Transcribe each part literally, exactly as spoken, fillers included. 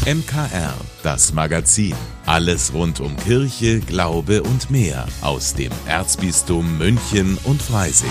M K R, das Magazin. Alles rund um Kirche, Glaube und mehr aus dem Erzbistum München und Freising.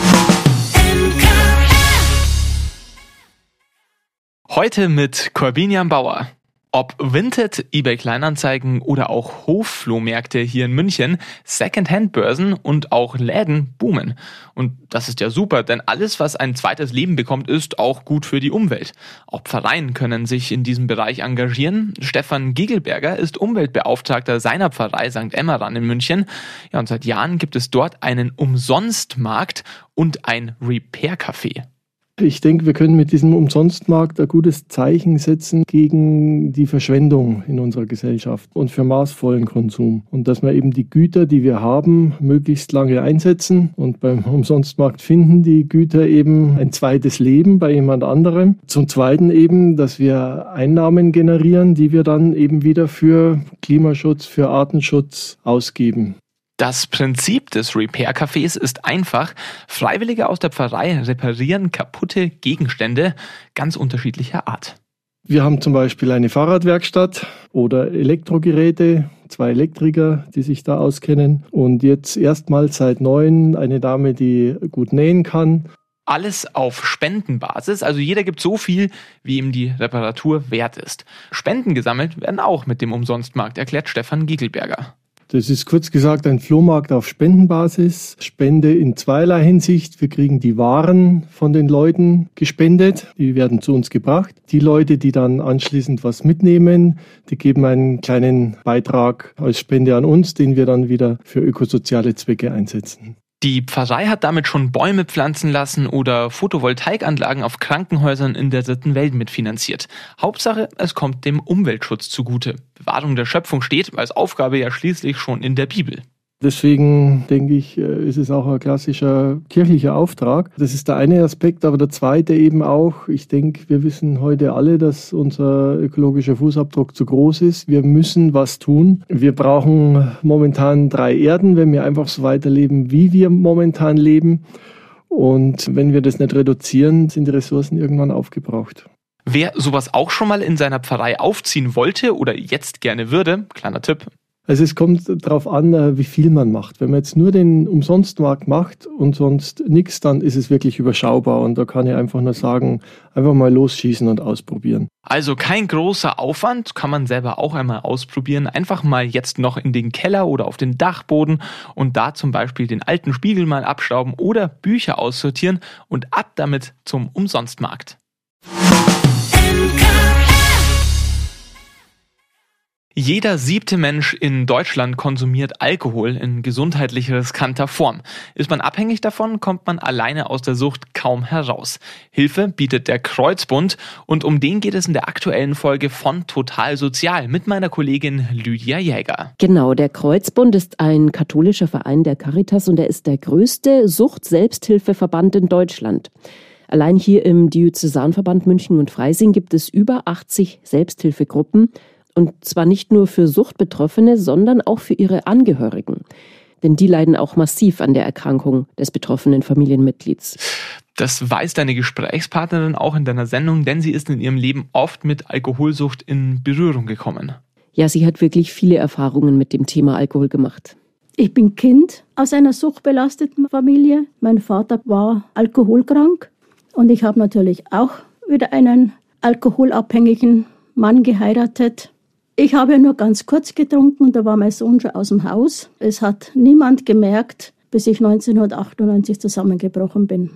Heute mit Corbinian Bauer. Ob Vinted, eBay Kleinanzeigen oder auch Hofflohmärkte hier in München, Secondhand-Börsen und auch Läden boomen. Und das ist ja super, denn alles, was ein zweites Leben bekommt, ist auch gut für die Umwelt. Auch Pfarreien können sich in diesem Bereich engagieren. Stefan Gigelberger ist Umweltbeauftragter seiner Pfarrei Sankt Emmeran in München. Ja, und seit Jahren gibt es dort einen Umsonstmarkt und ein Repair-Café. Ich denke, wir können mit diesem Umsonstmarkt ein gutes Zeichen setzen gegen die Verschwendung in unserer Gesellschaft und für maßvollen Konsum. Und dass wir eben die Güter, die wir haben, möglichst lange einsetzen und beim Umsonstmarkt finden die Güter eben ein zweites Leben bei jemand anderem. Zum Zweiten eben, dass wir Einnahmen generieren, die wir dann eben wieder für Klimaschutz, für Artenschutz ausgeben. Das Prinzip des Repair-Cafés ist einfach. Freiwillige aus der Pfarrei reparieren kaputte Gegenstände ganz unterschiedlicher Art. Wir haben zum Beispiel eine Fahrradwerkstatt oder Elektrogeräte, zwei Elektriker, die sich da auskennen. Und jetzt erstmals seit neuem eine Dame, die gut nähen kann. Alles auf Spendenbasis, also jeder gibt so viel, wie ihm die Reparatur wert ist. Spenden gesammelt werden auch mit dem Umsonstmarkt, erklärt Stefan Gigelberger. Das ist kurz gesagt ein Flohmarkt auf Spendenbasis. Spende in zweierlei Hinsicht. Wir kriegen die Waren von den Leuten gespendet. Die werden zu uns gebracht. Die Leute, die dann anschließend was mitnehmen, die geben einen kleinen Beitrag als Spende an uns, den wir dann wieder für ökosoziale Zwecke einsetzen. Die Pfarrei hat damit schon Bäume pflanzen lassen oder Photovoltaikanlagen auf Krankenhäusern in der dritten Welt mitfinanziert. Hauptsache, es kommt dem Umweltschutz zugute. Bewahrung der Schöpfung steht als Aufgabe ja schließlich schon in der Bibel. Deswegen denke ich, ist es auch ein klassischer kirchlicher Auftrag. Das ist der eine Aspekt, aber der zweite eben auch, ich denke, wir wissen heute alle, dass unser ökologischer Fußabdruck zu groß ist. Wir müssen was tun. Wir brauchen momentan drei Erden, wenn wir einfach so weiterleben, wie wir momentan leben. Und wenn wir das nicht reduzieren, sind die Ressourcen irgendwann aufgebraucht. Wer sowas auch schon mal in seiner Pfarrei aufziehen wollte oder jetzt gerne würde, kleiner Tipp. Also es kommt darauf an, wie viel man macht. Wenn man jetzt nur den Umsonstmarkt macht und sonst nichts, dann ist es wirklich überschaubar. Und da kann ich einfach nur sagen, einfach mal losschießen und ausprobieren. Also kein großer Aufwand, kann man selber auch einmal ausprobieren. Einfach mal jetzt noch in den Keller oder auf den Dachboden und da zum Beispiel den alten Spiegel mal abstauben oder Bücher aussortieren und ab damit zum Umsonstmarkt. Jeder siebte Mensch in Deutschland konsumiert Alkohol in gesundheitlich riskanter Form. Ist man abhängig davon, kommt man alleine aus der Sucht kaum heraus. Hilfe bietet der Kreuzbund und um den geht es in der aktuellen Folge von Total Sozial mit meiner Kollegin Lydia Jäger. Genau, der Kreuzbund ist ein katholischer Verein der Caritas und er ist der größte Sucht-Selbsthilfeverband in Deutschland. Allein hier im Diözesanverband München und Freising gibt es über achtzig Selbsthilfegruppen. Und zwar nicht nur für Suchtbetroffene, sondern auch für ihre Angehörigen. Denn die leiden auch massiv an der Erkrankung des betroffenen Familienmitglieds. Das weiß deine Gesprächspartnerin auch in deiner Sendung, denn sie ist in ihrem Leben oft mit Alkoholsucht in Berührung gekommen. Ja, sie hat wirklich viele Erfahrungen mit dem Thema Alkohol gemacht. Ich bin Kind aus einer suchtbelasteten Familie. Mein Vater war alkoholkrank und ich habe natürlich auch wieder einen alkoholabhängigen Mann geheiratet. Ich habe nur ganz kurz getrunken und da war mein Sohn schon aus dem Haus. Es hat niemand gemerkt, bis ich neunzehnhundertachtundneunzig zusammengebrochen bin.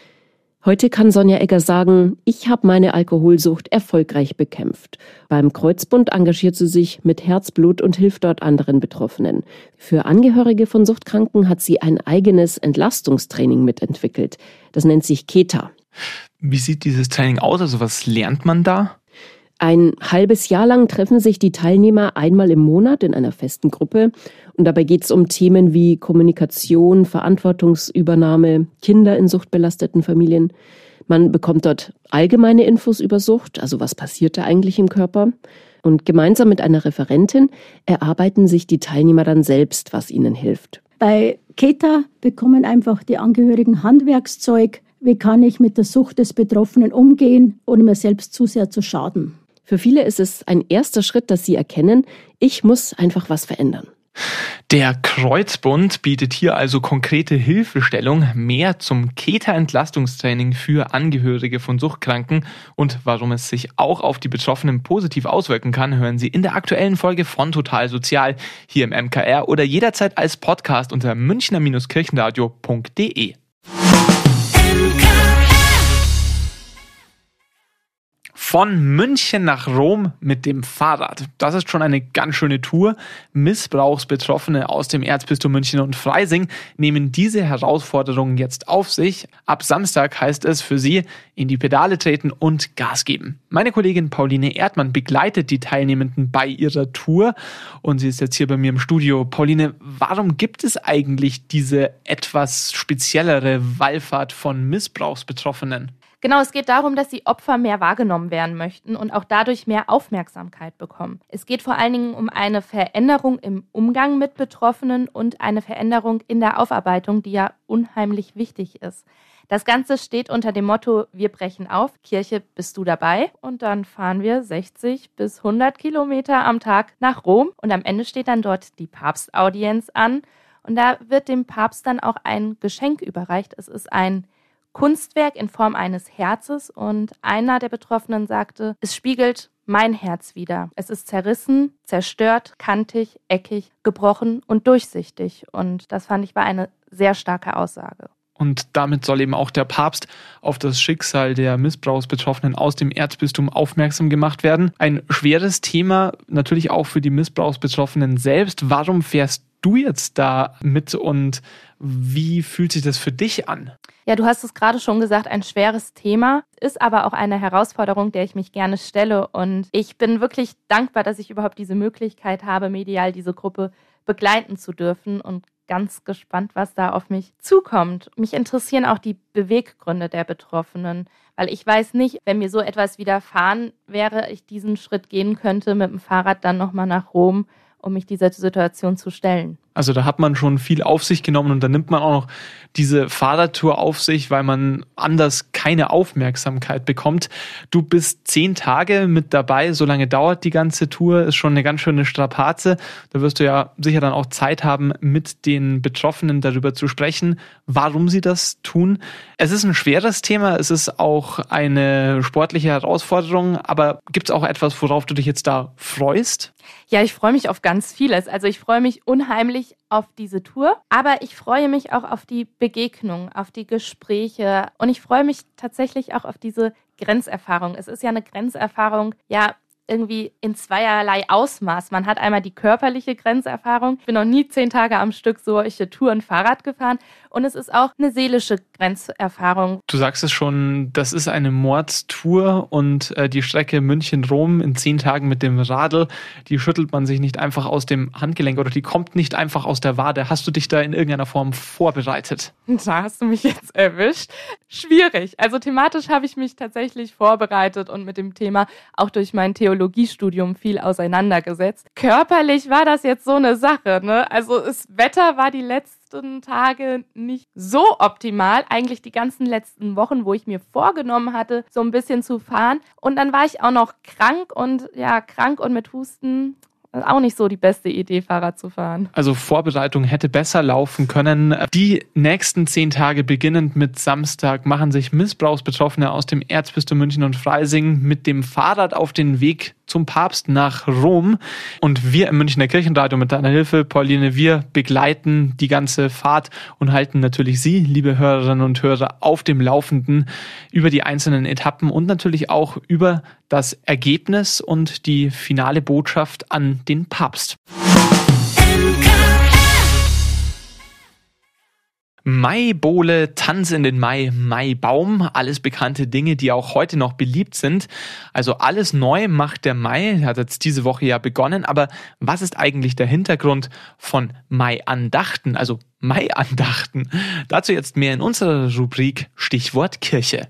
Heute kann Sonja Egger sagen, ich habe meine Alkoholsucht erfolgreich bekämpft. Beim Kreuzbund engagiert sie sich mit Herzblut und hilft dort anderen Betroffenen. Für Angehörige von Suchtkranken hat sie ein eigenes Entlastungstraining mitentwickelt. Das nennt sich Keta. Wie sieht dieses Training aus? Also was lernt man da? Ein halbes Jahr lang treffen sich die Teilnehmer einmal im Monat in einer festen Gruppe. Und dabei geht es um Themen wie Kommunikation, Verantwortungsübernahme, Kinder in suchtbelasteten Familien. Man bekommt dort allgemeine Infos über Sucht, also was passiert da eigentlich im Körper. Und gemeinsam mit einer Referentin erarbeiten sich die Teilnehmer dann selbst, was ihnen hilft. Bei Keta bekommen einfach die Angehörigen Handwerkszeug. Wie kann ich mit der Sucht des Betroffenen umgehen, ohne mir selbst zu sehr zu schaden? Für viele ist es ein erster Schritt, dass sie erkennen, ich muss einfach was verändern. Der Kreuzbund bietet hier also konkrete Hilfestellung, mehr zum Keta-Entlastungstraining für Angehörige von Suchtkranken und warum es sich auch auf die Betroffenen positiv auswirken kann, hören Sie in der aktuellen Folge von Total Sozial hier im M K R oder jederzeit als Podcast unter münchner Kirchenradio punkt de. Von München nach Rom mit dem Fahrrad. Das ist schon eine ganz schöne Tour. Missbrauchsbetroffene aus dem Erzbistum München und Freising nehmen diese Herausforderungen jetzt auf sich. Ab Samstag heißt es für sie, in die Pedale treten und Gas geben. Meine Kollegin Pauline Erdmann begleitet die Teilnehmenden bei ihrer Tour und sie ist jetzt hier bei mir im Studio. Pauline, warum gibt es eigentlich diese etwas speziellere Wallfahrt von Missbrauchsbetroffenen? Genau, es geht darum, dass die Opfer mehr wahrgenommen werden möchten und auch dadurch mehr Aufmerksamkeit bekommen. Es geht vor allen Dingen um eine Veränderung im Umgang mit Betroffenen und eine Veränderung in der Aufarbeitung, die ja unheimlich wichtig ist. Das Ganze steht unter dem Motto, wir brechen auf, Kirche, bist du dabei? Und dann fahren wir sechzig bis hundert Kilometer am Tag nach Rom und am Ende steht dann dort die Papstaudienz an und da wird dem Papst dann auch ein Geschenk überreicht. Es ist ein Kunstwerk in Form eines Herzes und einer der Betroffenen sagte, es spiegelt mein Herz wider. Es ist zerrissen, zerstört, kantig, eckig, gebrochen und durchsichtig und das fand ich war eine sehr starke Aussage. Und damit soll eben auch der Papst auf das Schicksal der Missbrauchsbetroffenen aus dem Erzbistum aufmerksam gemacht werden. Ein schweres Thema, natürlich auch für die Missbrauchsbetroffenen selbst. Warum fährst du jetzt da mit und wie fühlt sich das für dich an? Ja, du hast es gerade schon gesagt, ein schweres Thema, ist aber auch eine Herausforderung, der ich mich gerne stelle. Und ich bin wirklich dankbar, dass ich überhaupt diese Möglichkeit habe, medial diese Gruppe begleiten zu dürfen und ganz gespannt, was da auf mich zukommt. Mich interessieren auch die Beweggründe der Betroffenen, weil ich weiß nicht, wenn mir so etwas widerfahren wäre, ich diesen Schritt gehen könnte, mit dem Fahrrad dann nochmal nach Rom, um mich dieser Situation zu stellen. Also da hat man schon viel auf sich genommen und dann nimmt man auch noch diese Fahrradtour auf sich, weil man anders keine Aufmerksamkeit bekommt. Du bist zehn Tage mit dabei, so lange dauert die ganze Tour, ist schon eine ganz schöne Strapaze. Da wirst du ja sicher dann auch Zeit haben, mit den Betroffenen darüber zu sprechen, warum sie das tun. Es ist ein schweres Thema, es ist auch eine sportliche Herausforderung, aber gibt es auch etwas, worauf du dich jetzt da freust? Ja, ich freue mich auf ganz vieles. Also ich freue mich unheimlich auf diese Tour, aber ich freue mich auch auf die Begegnung, auf die Gespräche und ich freue mich tatsächlich auch auf diese Grenzerfahrung. Es ist ja eine Grenzerfahrung, ja, irgendwie in zweierlei Ausmaß. Man hat einmal die körperliche Grenzerfahrung. Ich bin noch nie zehn Tage am Stück solche Touren Fahrrad gefahren. Und es ist auch eine seelische Grenzerfahrung. Du sagst es schon, das ist eine Mordstour und äh, die Strecke München-Rom in zehn Tagen mit dem Radl, die schüttelt man sich nicht einfach aus dem Handgelenk oder die kommt nicht einfach aus der Wade. Hast du dich da in irgendeiner Form vorbereitet? Da hast du mich jetzt erwischt. Schwierig. Also thematisch habe ich mich tatsächlich vorbereitet und mit dem Thema auch durch mein Theologiestudium viel auseinandergesetzt. Körperlich war das jetzt so eine Sache, ne? Also das Wetter war die letzten Tage nicht so optimal, eigentlich die ganzen letzten Wochen, wo ich mir vorgenommen hatte, so ein bisschen zu fahren. Und dann war ich auch noch krank und ja, krank und mit Husten. Auch nicht so die beste Idee, Fahrrad zu fahren. Also Vorbereitung hätte besser laufen können. Die nächsten zehn Tage beginnend mit Samstag machen sich Missbrauchsbetroffene aus dem Erzbistum München und Freising mit dem Fahrrad auf den Weg zum Papst nach Rom. Und wir im Münchner Kirchenradio mit deiner Hilfe, Pauline, wir begleiten die ganze Fahrt und halten natürlich Sie, liebe Hörerinnen und Hörer, auf dem Laufenden über die einzelnen Etappen und natürlich auch über das Ergebnis und die finale Botschaft an den Papst. Maibohle, Tanz in den Mai, Maibaum, alles bekannte Dinge, die auch heute noch beliebt sind. Also alles neu macht der Mai, hat jetzt diese Woche ja begonnen, aber was ist eigentlich der Hintergrund von Mai-Andachten, also Mai-Andachten? Dazu jetzt mehr in unserer Rubrik Stichwort Kirche.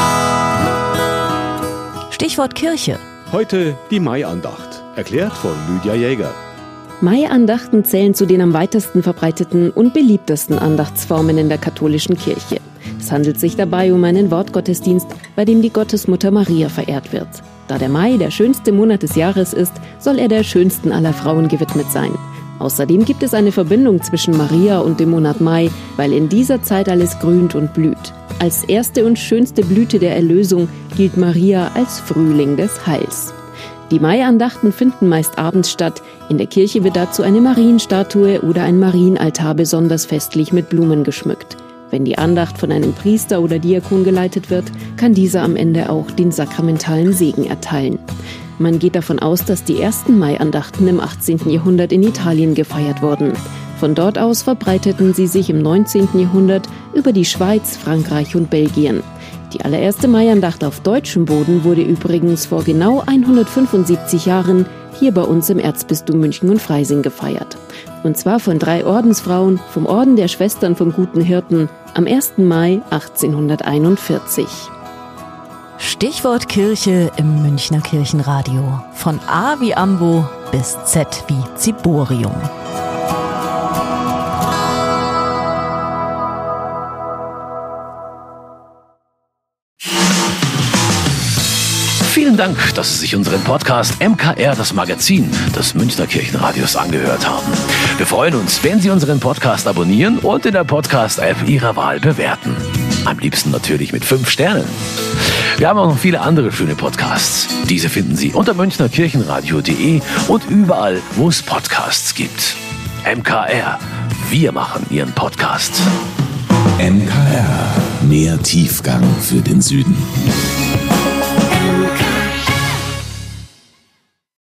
Stichwort Kirche. Heute die Mai-Andacht, erklärt von Lydia Jäger. Mai-Andachten zählen zu den am weitesten verbreiteten und beliebtesten Andachtsformen in der katholischen Kirche. Es handelt sich dabei um einen Wortgottesdienst, bei dem die Gottesmutter Maria verehrt wird. Da der Mai der schönste Monat des Jahres ist, soll er der schönsten aller Frauen gewidmet sein. Außerdem gibt es eine Verbindung zwischen Maria und dem Monat Mai, weil in dieser Zeit alles grünt und blüht. Als erste und schönste Blüte der Erlösung gilt Maria als Frühling des Heils. Die Maiandachten finden meist abends statt. In der Kirche wird dazu eine Marienstatue oder ein Marienaltar besonders festlich mit Blumen geschmückt. Wenn die Andacht von einem Priester oder Diakon geleitet wird, kann dieser am Ende auch den sakramentalen Segen erteilen. Man geht davon aus, dass die ersten Maiandachten im achtzehnten Jahrhundert in Italien gefeiert wurden. Von dort aus verbreiteten sie sich im neunzehnten Jahrhundert über die Schweiz, Frankreich und Belgien. Die allererste Maiandacht auf deutschem Boden wurde übrigens vor genau hundertfünfundsiebzig Jahren hier bei uns im Erzbistum München und Freising gefeiert. Und zwar von drei Ordensfrauen vom Orden der Schwestern vom Guten Hirten am ersten Mai achtzehnhunderteinundvierzig. Stichwort Kirche im Münchner Kirchenradio. Von A wie Ambo bis Z wie Ziborium. Vielen Dank, dass Sie sich unseren Podcast M K R, das Magazin des Münchner Kirchenradios, angehört haben. Wir freuen uns, wenn Sie unseren Podcast abonnieren und in der Podcast-App Ihrer Wahl bewerten. Am liebsten natürlich mit fünf Sternen. Wir haben auch noch viele andere schöne Podcasts. Diese finden Sie unter münchnerkirchenradio punkt de und überall, wo es Podcasts gibt. M K R, wir machen Ihren Podcast. M K R, mehr Tiefgang für den Süden.